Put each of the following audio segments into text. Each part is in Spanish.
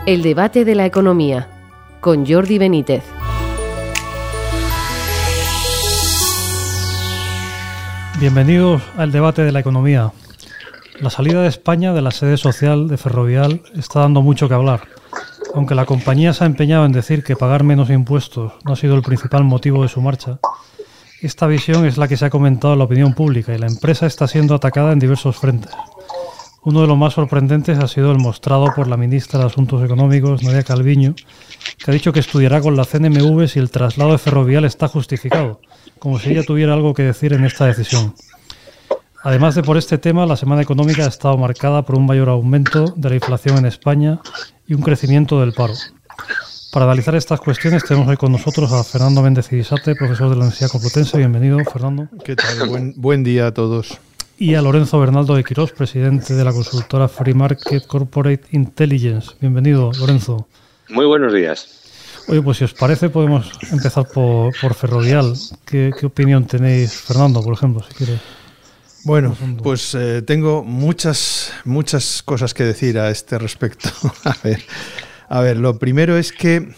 El debate de la economía, con Jordi Benítez. Bienvenidos al debate de la economía. La salida de España de la sede social de Ferrovial está dando mucho que hablar. Aunque la compañía se ha empeñado en decir que pagar menos impuestos no ha sido el principal motivo de su marcha, esta visión es la que se ha comentado en la opinión pública y la empresa está siendo atacada en diversos frentes. Uno de los más sorprendentes ha sido el mostrado por la ministra de Asuntos Económicos, Nadia Calviño, que ha dicho que estudiará con la CNMV si el traslado de Ferrovial está justificado, como si ella tuviera algo que decir en esta decisión. Además de por este tema, la semana económica ha estado marcada por un mayor aumento de la inflación en España y un crecimiento del paro. Para analizar estas cuestiones tenemos hoy con nosotros a Fernando Méndez Ibisate, profesor de la Universidad Complutense. Bienvenido, Fernando. ¿Qué tal? Buen día a todos. Y a Lorenzo Bernaldo de Quirós, presidente de la consultora Free Market Corporate Intelligence. Bienvenido, Lorenzo. Muy buenos días. Oye, pues si os parece podemos empezar por Ferrovial. ¿Qué opinión tenéis, Fernando, por ejemplo, si quieres? Bueno, pues tengo muchas cosas que decir a este respecto. A ver, lo primero es que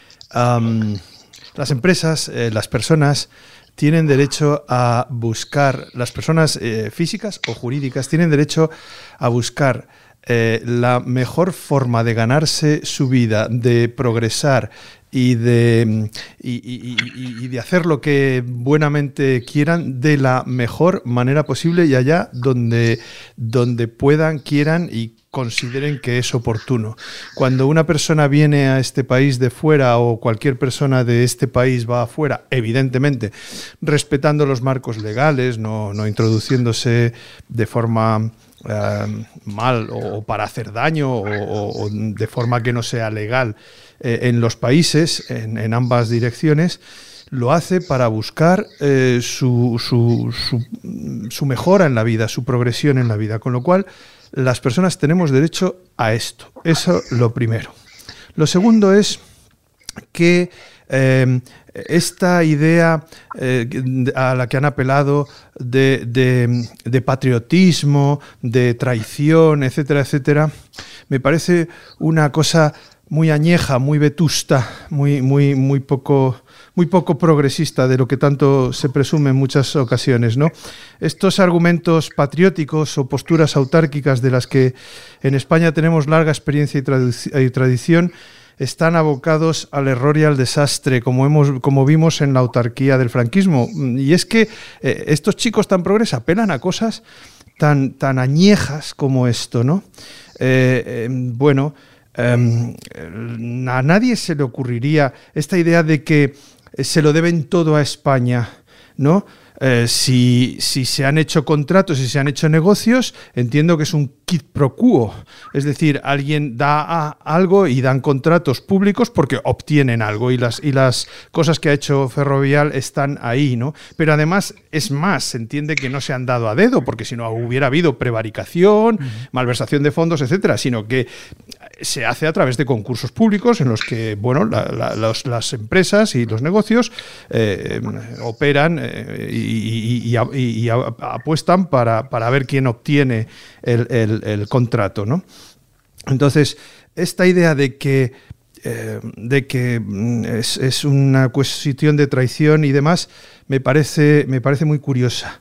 las empresas, las personas tienen derecho a buscar, las personas físicas o jurídicas tienen derecho a buscar la mejor forma de ganarse su vida, de progresar y de hacer lo que buenamente quieran de la mejor manera posible y allá donde puedan, quieran y consideren que es oportuno. Cuando una persona viene a este país de fuera o cualquier persona de este país va afuera, evidentemente respetando los marcos legales, no introduciéndose de forma mal o para hacer daño o de forma que no sea legal en los países, en ambas direcciones, lo hace para buscar su mejora en la vida, su progresión en la vida, con lo cual las personas tenemos derecho a esto. Eso lo primero. Lo segundo es que esta idea a la que han apelado de patriotismo, de traición, etcétera, etcétera, me parece una cosa muy añeja, muy vetusta, muy poco progresista de lo que tanto se presume en muchas ocasiones, ¿no? Estos argumentos patrióticos o posturas autárquicas de las que en España tenemos larga experiencia y tradición están abocados al error y al desastre, como vimos en la autarquía del franquismo. Y es que estos chicos tan progres apelan a cosas tan añejas como esto, ¿no? A nadie se le ocurriría esta idea de que se lo deben todo a España, ¿no? Si se han hecho contratos, si se han hecho negocios, entiendo que es un quid pro quo. Es decir, alguien da algo y dan contratos públicos porque obtienen algo y las cosas que ha hecho Ferrovial están ahí, ¿no? Pero además, es más, se entiende que no se han dado a dedo porque si no hubiera habido prevaricación, malversación de fondos, etcétera, sino que se hace a través de concursos públicos en los que, bueno, las empresas y los negocios operan y apuestan para ver quién obtiene el contrato, ¿no? Entonces, esta idea de que es una cuestión de traición y demás me parece muy curiosa.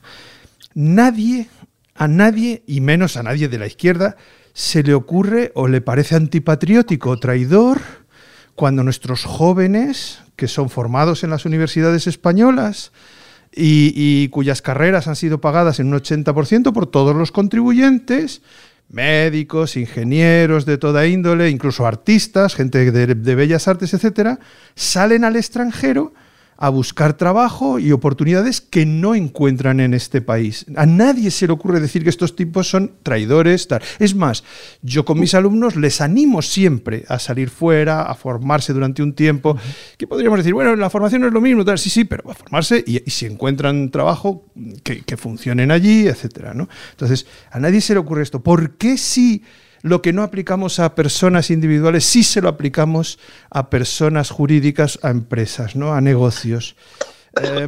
A nadie, y menos a nadie de la izquierda, se le ocurre o le parece antipatriótico o traidor cuando nuestros jóvenes, que son formados en las universidades españolas y cuyas carreras han sido pagadas en un 80% por todos los contribuyentes, médicos, ingenieros de toda índole, incluso artistas, gente de bellas artes, etcétera, salen al extranjero a buscar trabajo y oportunidades que no encuentran en este país. A nadie se le ocurre decir que estos tipos son traidores, tal. Es más, yo con mis alumnos les animo siempre a salir fuera, a formarse durante un tiempo, que podríamos decir, bueno, la formación no es lo mismo, tal. Sí, pero a formarse y si encuentran trabajo, que funcionen allí, etcétera, ¿no? Entonces, a nadie se le ocurre esto. ¿Por qué sí? Lo que no aplicamos a personas individuales sí se lo aplicamos a personas jurídicas, a empresas, ¿no? A negocios.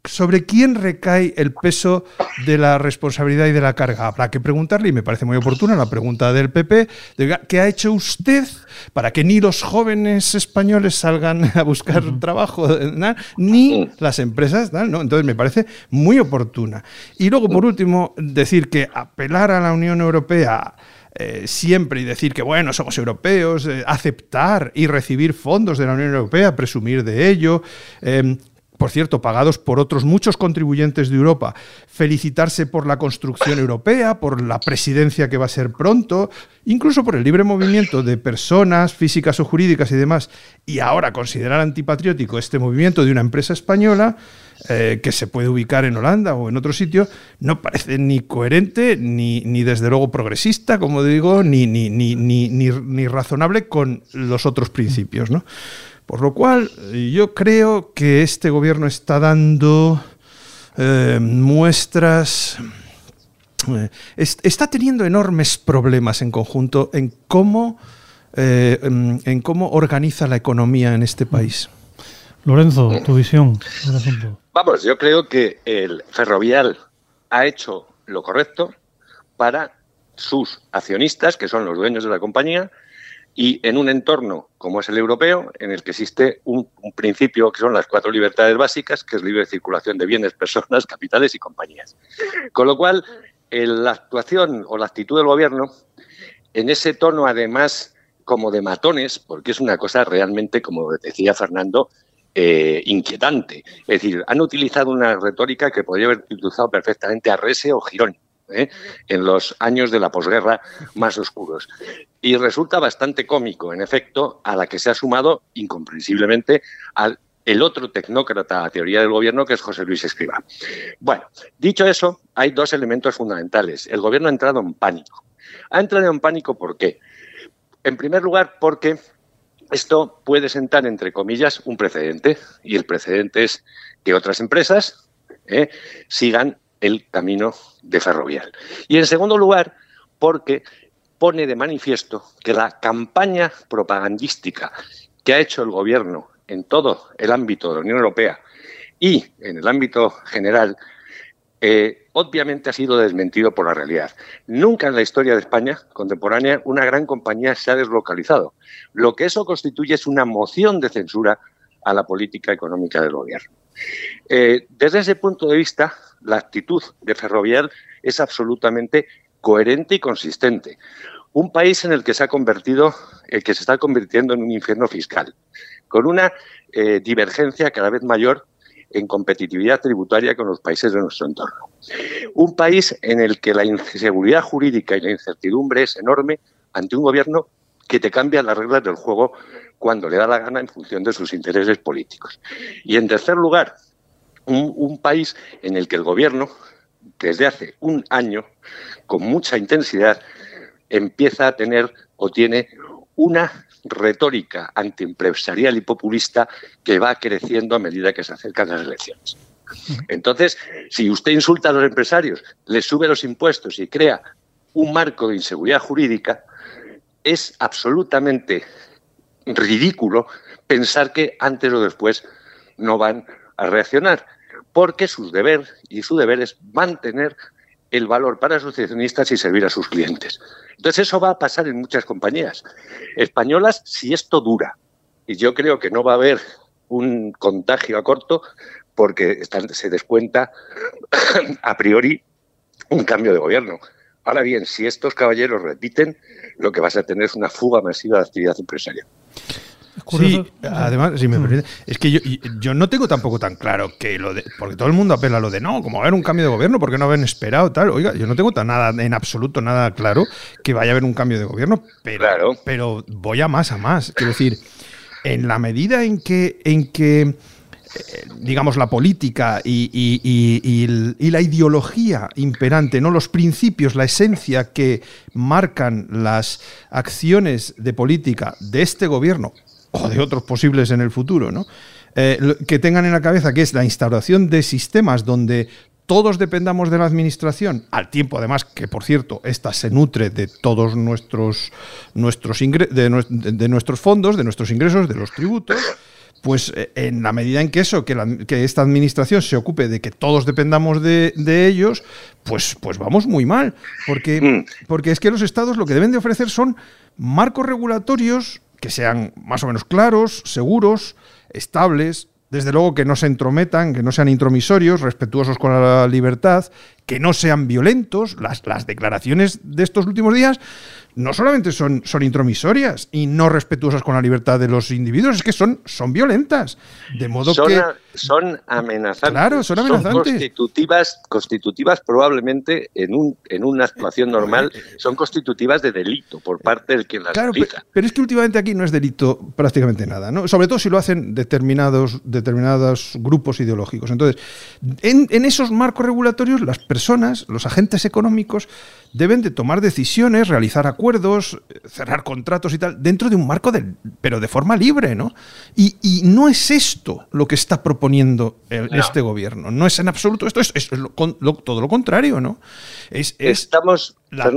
¿sobre quién recae el peso de la responsabilidad y de la carga? Habrá que preguntarle, y me parece muy oportuna la pregunta del PP, ¿qué ha hecho usted para que ni los jóvenes españoles salgan a buscar trabajo, ni las empresas? ¿No? Entonces me parece muy oportuna. Y luego, por último, decir que apelar a la Unión Europea siempre y decir que, bueno, somos europeos, aceptar y recibir fondos de la Unión Europea, presumir de ello, por cierto, pagados por otros muchos contribuyentes de Europa, felicitarse por la construcción europea, por la presidencia que va a ser pronto, incluso por el libre movimiento de personas físicas o jurídicas y demás, y ahora considerar antipatriótico este movimiento de una empresa española que se puede ubicar en Holanda o en otro sitio, no parece ni coherente, ni desde luego progresista, como digo, ni razonable con los otros principios, ¿no? Por lo cual, yo creo que este gobierno está dando muestras, está teniendo enormes problemas en conjunto en cómo organiza la economía en este país. Lorenzo, tu visión del asunto. Vamos, yo creo que el Ferrovial ha hecho lo correcto para sus accionistas, que son los dueños de la compañía, y en un entorno como es el europeo, en el que existe un principio que son las 4 libertades básicas, que es libre circulación de bienes, personas, capitales y compañías. Con lo cual, la actuación o la actitud del gobierno, en ese tono además como de matones, porque es una cosa realmente, como decía Fernando, inquietante. Es decir, han utilizado una retórica que podría haber utilizado perfectamente Arrese o Girón, en los años de la posguerra más oscuros. Y resulta bastante cómico, en efecto, a la que se ha sumado incomprensiblemente el otro tecnócrata a teoría del gobierno, que es José Luis Escrivá. Bueno, dicho eso, hay 2 elementos fundamentales. El gobierno ha entrado en pánico. ¿Ha entrado en pánico por qué? En primer lugar, porque esto puede sentar, entre comillas, un precedente, y el precedente es que otras empresas sigan el camino de Ferrovial. Y en segundo lugar, porque pone de manifiesto que la campaña propagandística que ha hecho el gobierno en todo el ámbito de la Unión Europea y en el ámbito general, obviamente ha sido desmentido por la realidad. Nunca en la historia de España contemporánea una gran compañía se ha deslocalizado. Lo que eso constituye es una moción de censura a la política económica del gobierno. Desde ese punto de vista, la actitud de Ferrovial es absolutamente coherente y consistente. Un país en el que se está convirtiendo en un infierno fiscal, con una divergencia cada vez mayor en competitividad tributaria con los países de nuestro entorno. Un país en el que la inseguridad jurídica y la incertidumbre es enorme ante un gobierno que te cambia las reglas del juego cuando le da la gana en función de sus intereses políticos. Y en tercer lugar, un país en el que el gobierno, desde hace un año, con mucha intensidad, empieza a tener o tiene una retórica antiempresarial y populista que va creciendo a medida que se acercan las elecciones. Entonces, si usted insulta a los empresarios, les sube los impuestos y crea un marco de inseguridad jurídica, es absolutamente ridículo pensar que antes o después no van a reaccionar, porque su deber es mantener el valor para sus accionistas y servir a sus clientes. Entonces eso va a pasar en muchas compañías españolas si esto dura. Y yo creo que no va a haber un contagio a corto porque se descuenta a priori un cambio de gobierno. Ahora bien, si estos caballeros repiten, lo que vas a tener es una fuga masiva de actividad empresarial. Sí, además, si me permite, es que yo no tengo tampoco tan claro que porque todo el mundo apela a lo de no, como va a haber un cambio de gobierno, porque no habían esperado tal. Oiga, yo no tengo en absoluto nada claro que vaya a haber un cambio de gobierno, pero voy a más. Quiero decir, en la medida en que digamos, la política y la ideología imperante, ¿no? Los principios, la esencia que marcan las acciones de política de este gobierno o de otros posibles en el futuro, ¿no? Que tengan en la cabeza que es la instauración de sistemas donde todos dependamos de la administración, al tiempo además que, por cierto, esta se nutre de todos nuestros fondos, de nuestros ingresos, de los tributos, pues en la medida en que que esta administración se ocupe de que todos dependamos de ellos, pues vamos muy mal. Porque es que los estados lo que deben de ofrecer son marcos regulatorios que sean más o menos claros, seguros, estables, desde luego que no se entrometan, que no sean intromisorios, respetuosos con la libertad, que no sean violentos. Las declaraciones de estos últimos días no solamente son intromisorias y no respetuosas con la libertad de los individuos, es que son violentas. De modo son amenazantes. Claro, son amenazantes. Son constitutivas probablemente en una actuación normal, son constitutivas de delito por parte del que las aplica. Pero es que últimamente aquí no es delito prácticamente nada, ¿no? Sobre todo si lo hacen determinados grupos ideológicos. Entonces, en esos marcos regulatorios, las personas, los agentes económicos, deben de tomar decisiones, realizar acuerdos, cerrar contratos y tal, dentro de un marco pero de forma libre, ¿no? Y no es esto lo que está proponiendo este gobierno. No es en absoluto esto, es todo lo contrario, ¿no? Estamos,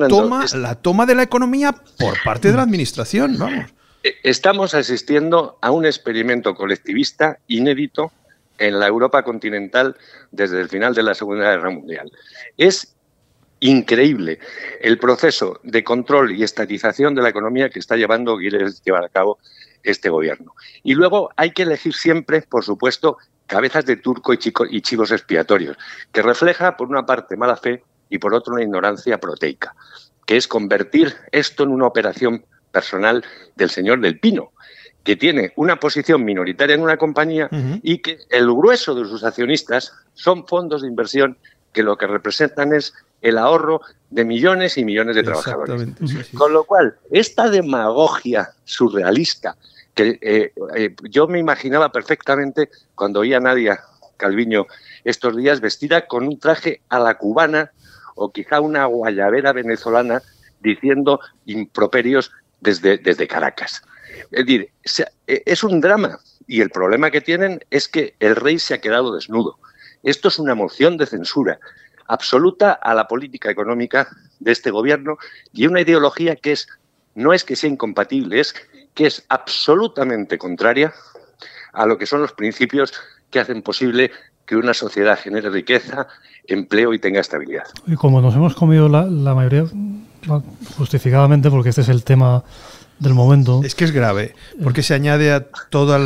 la toma de la economía por parte de la administración, vamos. Estamos asistiendo a un experimento colectivista inédito en la Europa continental desde el final de la Segunda Guerra Mundial. Es increíble el proceso de control y estatización de la economía que está quiere llevar a cabo este gobierno. Y luego hay que elegir siempre, por supuesto, cabezas de turco y chivos expiatorios, que refleja, por una parte, mala fe y, por otra, una ignorancia proteica, que es convertir esto en una operación personal del señor Del Pino, que tiene una posición minoritaria en una compañía y que el grueso de sus accionistas son fondos de inversión que lo que representan es el ahorro de millones y millones de trabajadores. Sí. Con lo cual, esta demagogia surrealista, que yo me imaginaba perfectamente cuando oía a Nadia Calviño estos días vestida con un traje a la cubana o quizá una guayabera venezolana diciendo improperios desde Caracas. Es decir, es un drama y el problema que tienen es que el rey se ha quedado desnudo. Esto es una moción de censura absoluta a la política económica de este gobierno y una ideología que no es que sea incompatible, es que es absolutamente contraria a lo que son los principios que hacen posible que una sociedad genere riqueza, empleo y tenga estabilidad. Y como nos hemos comido la mayoría, justificadamente, porque este es el tema del momento. Es que es grave, porque se añade a toda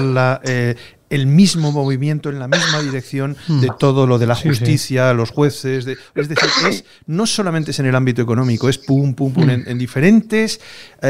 el mismo movimiento en la misma dirección de todo lo de la justicia, los jueces. Es decir, no solamente es en el ámbito económico, es en diferentes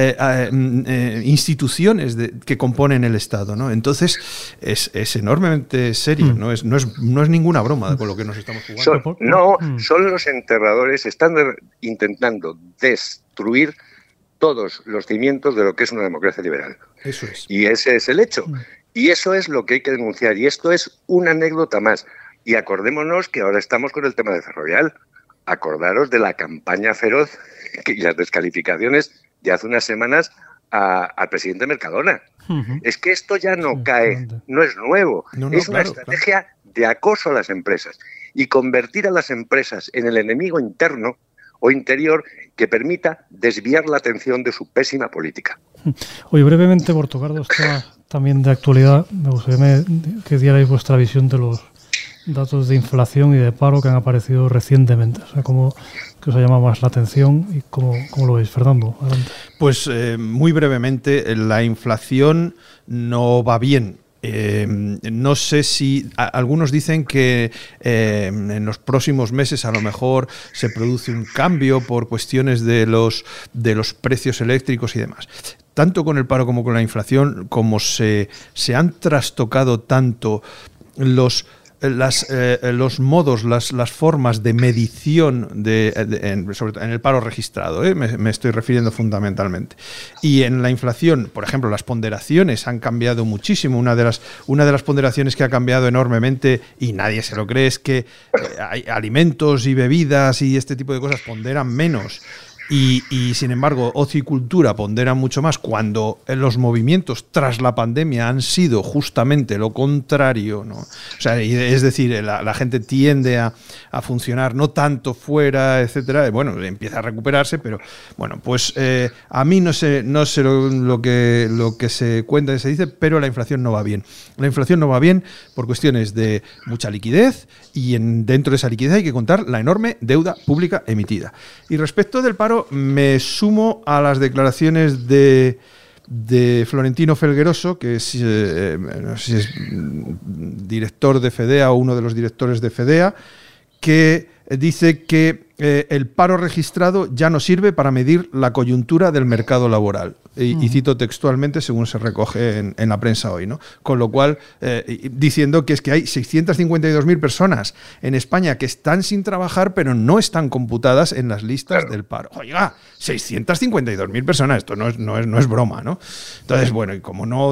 instituciones que componen el Estado, ¿no? Entonces, es enormemente serio, no es ninguna broma con lo que nos estamos jugando. Son los enterradores, están intentando destruir todos los cimientos de lo que es una democracia liberal. Eso es. Y ese es el hecho. Y eso es lo que hay que denunciar. Y esto es una anécdota más. Y acordémonos que ahora estamos con el tema de Ferrovial. Acordaros de la campaña feroz y las descalificaciones de hace unas semanas al presidente Mercadona. Es que esto ya no cae, no es nuevo. Es una estrategia de acoso a las empresas. Y convertir a las empresas en el enemigo interno o interior que permita desviar la atención de su pésima política. Oye, brevemente, por tocar dos temas también de actualidad, me gustaría que dierais vuestra visión de los datos de inflación y de paro que han aparecido recientemente. O sea, ¿qué os ha llamado más la atención y cómo lo veis? Fernando, adelante. Pues muy brevemente, la inflación no va bien. No sé si algunos dicen que en los próximos meses a lo mejor se produce un cambio por cuestiones de los precios eléctricos y demás. Tanto con el paro como con la inflación, como se han trastocado tanto los modos, las formas de medición sobre todo en el paro registrado, me estoy refiriendo fundamentalmente. Y en la inflación, por ejemplo, las ponderaciones han cambiado muchísimo. Una de las ponderaciones que ha cambiado enormemente, y nadie se lo cree, es que hay alimentos y bebidas y este tipo de cosas ponderan menos Y sin embargo, ocio y cultura ponderan mucho más cuando los movimientos tras la pandemia han sido justamente lo contrario, ¿no? O sea, es decir, la gente tiende a funcionar no tanto fuera, etcétera. Bueno, empieza a recuperarse, pero bueno, pues a mí no sé lo que se cuenta y se dice, pero la inflación no va bien. La inflación no va bien por cuestiones de mucha liquidez y dentro de esa liquidez hay que contar la enorme deuda pública emitida. Y respecto del paro, me sumo a las declaraciones de Florentino Felgueroso, que es, no sé si es director de FEDEA o uno de los directores de FEDEA, que dice que el paro registrado ya no sirve para medir la coyuntura del mercado laboral. Y cito textualmente según se recoge en la prensa hoy, ¿no? Con lo cual, diciendo que es que hay 652.000 personas en España que están sin trabajar, pero no están computadas en las listas del paro. Oiga, 652.000 personas, esto no es broma, ¿no? Entonces, bueno, y como no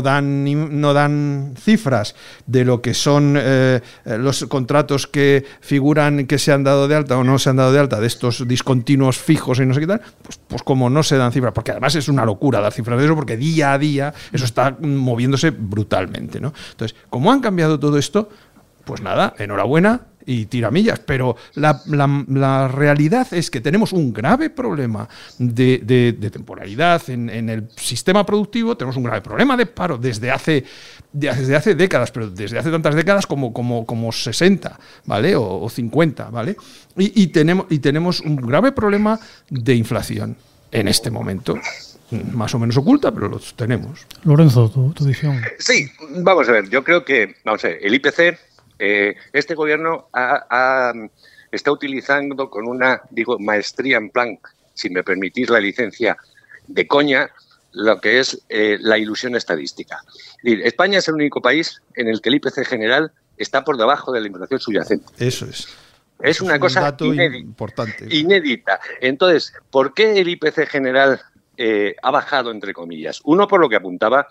dan cifras de lo que son los contratos que figuran que se han dado de alta o no se han dado de alta, de estos discontinuos fijos y no sé qué tal, pues como no se dan cifras, porque además es una locura dar cifras de eso, porque día a día eso está moviéndose brutalmente, ¿no? Entonces, como han cambiado todo esto, pues nada, enhorabuena y tiramillas, pero la realidad es que tenemos un grave problema de temporalidad en el sistema productivo, tenemos un grave problema de paro desde hace décadas, pero desde hace tantas décadas como 60, ¿vale? O 50, ¿vale? Y tenemos un grave problema de inflación en este momento. Más o menos oculta, pero los tenemos. Lorenzo, tu visión. Sí, vamos a ver, yo creo que, el IPC, este gobierno está utilizando con una, maestría en plan, si me permitís la licencia de coña, lo que es la ilusión estadística. España es el único país en el que el IPC general está por debajo de la inflación subyacente. Eso es. Es una cosa dato importante. Inédita. Entonces, ¿por qué el IPC general ha bajado, entre comillas? Uno, por lo que apuntaba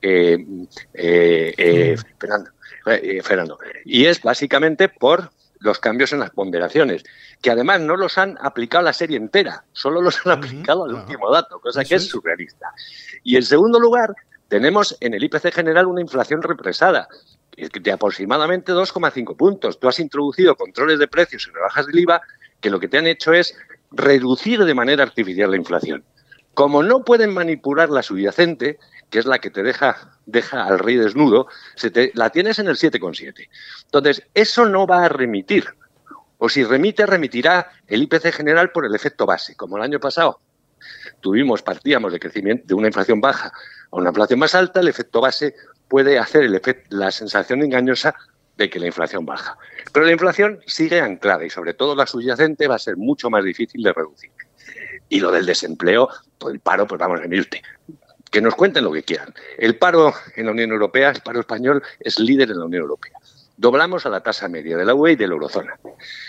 Fernando. Y es básicamente por los cambios en las ponderaciones, que además no los han aplicado a la serie entera, solo los han aplicado al último dato, cosa que es surrealista. Y en segundo lugar, tenemos en el IPC general una inflación represada de aproximadamente 2,5 puntos. Tú has introducido controles de precios y rebajas del IVA que lo que te han hecho es reducir de manera artificial la inflación. Como no pueden manipular la subyacente, que es la que te deja al rey desnudo, la tienes en el 7,7. Entonces, eso no va a remitir. O si remitirá el IPC general por el efecto base. Como el año pasado partíamos de crecimiento de una inflación baja a una inflación más alta, el efecto base puede hacer la sensación engañosa de que la inflación baja. Pero la inflación sigue anclada y sobre todo la subyacente va a ser mucho más difícil de reducir. Y lo del desempleo, pues el paro, pues vamos a venirte. Que nos cuenten lo que quieran. El paro en la Unión Europea, el paro español, es líder en la Unión Europea. Doblamos a la tasa media de la UE y de la eurozona.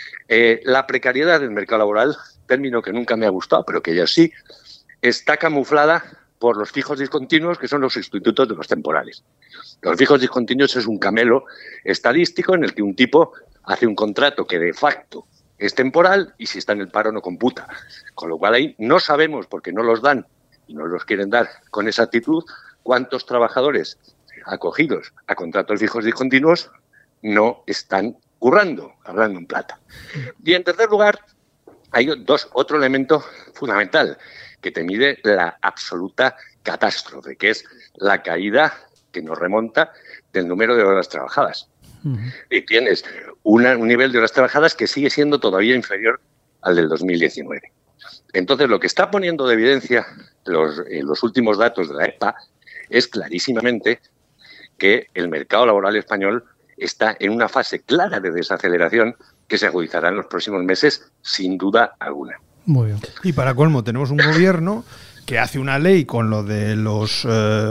La precariedad del mercado laboral, término que nunca me ha gustado, pero que ya sí, está camuflada por los fijos discontinuos, que son los sustitutos de los temporales. Los fijos discontinuos es un camelo estadístico en el que un tipo hace un contrato que de facto es temporal y si está en el paro no computa. Con lo cual ahí no sabemos, porque no los dan y no los quieren dar con exactitud, cuántos trabajadores acogidos a contratos fijos discontinuos no están currando, hablando en plata. Y en tercer lugar, hay otro elemento fundamental que te mide la absoluta catástrofe, que es la caída que nos remonta del número de horas trabajadas. Y tienes un nivel de horas trabajadas que sigue siendo todavía inferior al del 2019. Entonces, lo que está poniendo de evidencia los últimos datos de la EPA es clarísimamente que el mercado laboral español está en una fase clara de desaceleración que se agudizará en los próximos meses, sin duda alguna. Muy bien. Y para colmo, tenemos un gobierno que hace una ley con lo de los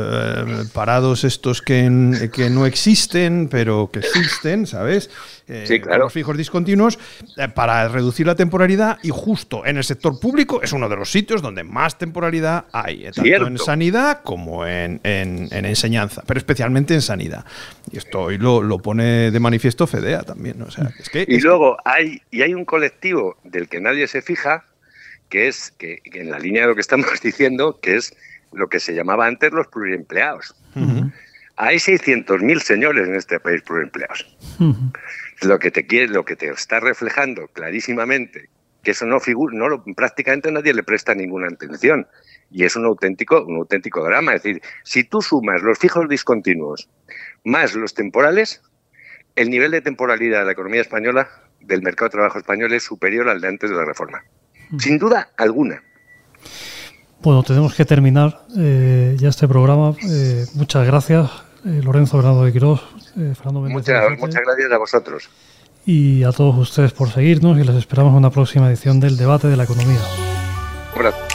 parados estos que no existen, pero que existen, ¿sabes? Sí, claro. Los fijos discontinuos, para reducir la temporalidad, y justo en el sector público es uno de los sitios donde más temporalidad hay, tanto en sanidad como en enseñanza, pero especialmente en sanidad. Y esto hoy lo pone de manifiesto FEDEA también, ¿no? O sea, luego hay un colectivo del que nadie se fija, que es que en la línea de lo que estamos diciendo, que es lo que se llamaba antes los pluriempleados. Hay 600.000 señores en este país pluriempleados. Lo que te está reflejando clarísimamente que eso no figura, prácticamente nadie le presta ninguna atención. Y es un auténtico drama. Es decir, si tú sumas los fijos discontinuos más los temporales, el nivel de temporalidad de la economía española, del mercado de trabajo español, es superior al de antes de la reforma. Sin duda alguna. Bueno, tenemos que terminar ya este programa. Muchas gracias, Lorenzo Bernardo de Quirós, Fernando Méndez. Muchas gracias a vosotros. Y a todos ustedes por seguirnos, y les esperamos en una próxima edición del Debate de la Economía. Un abrazo.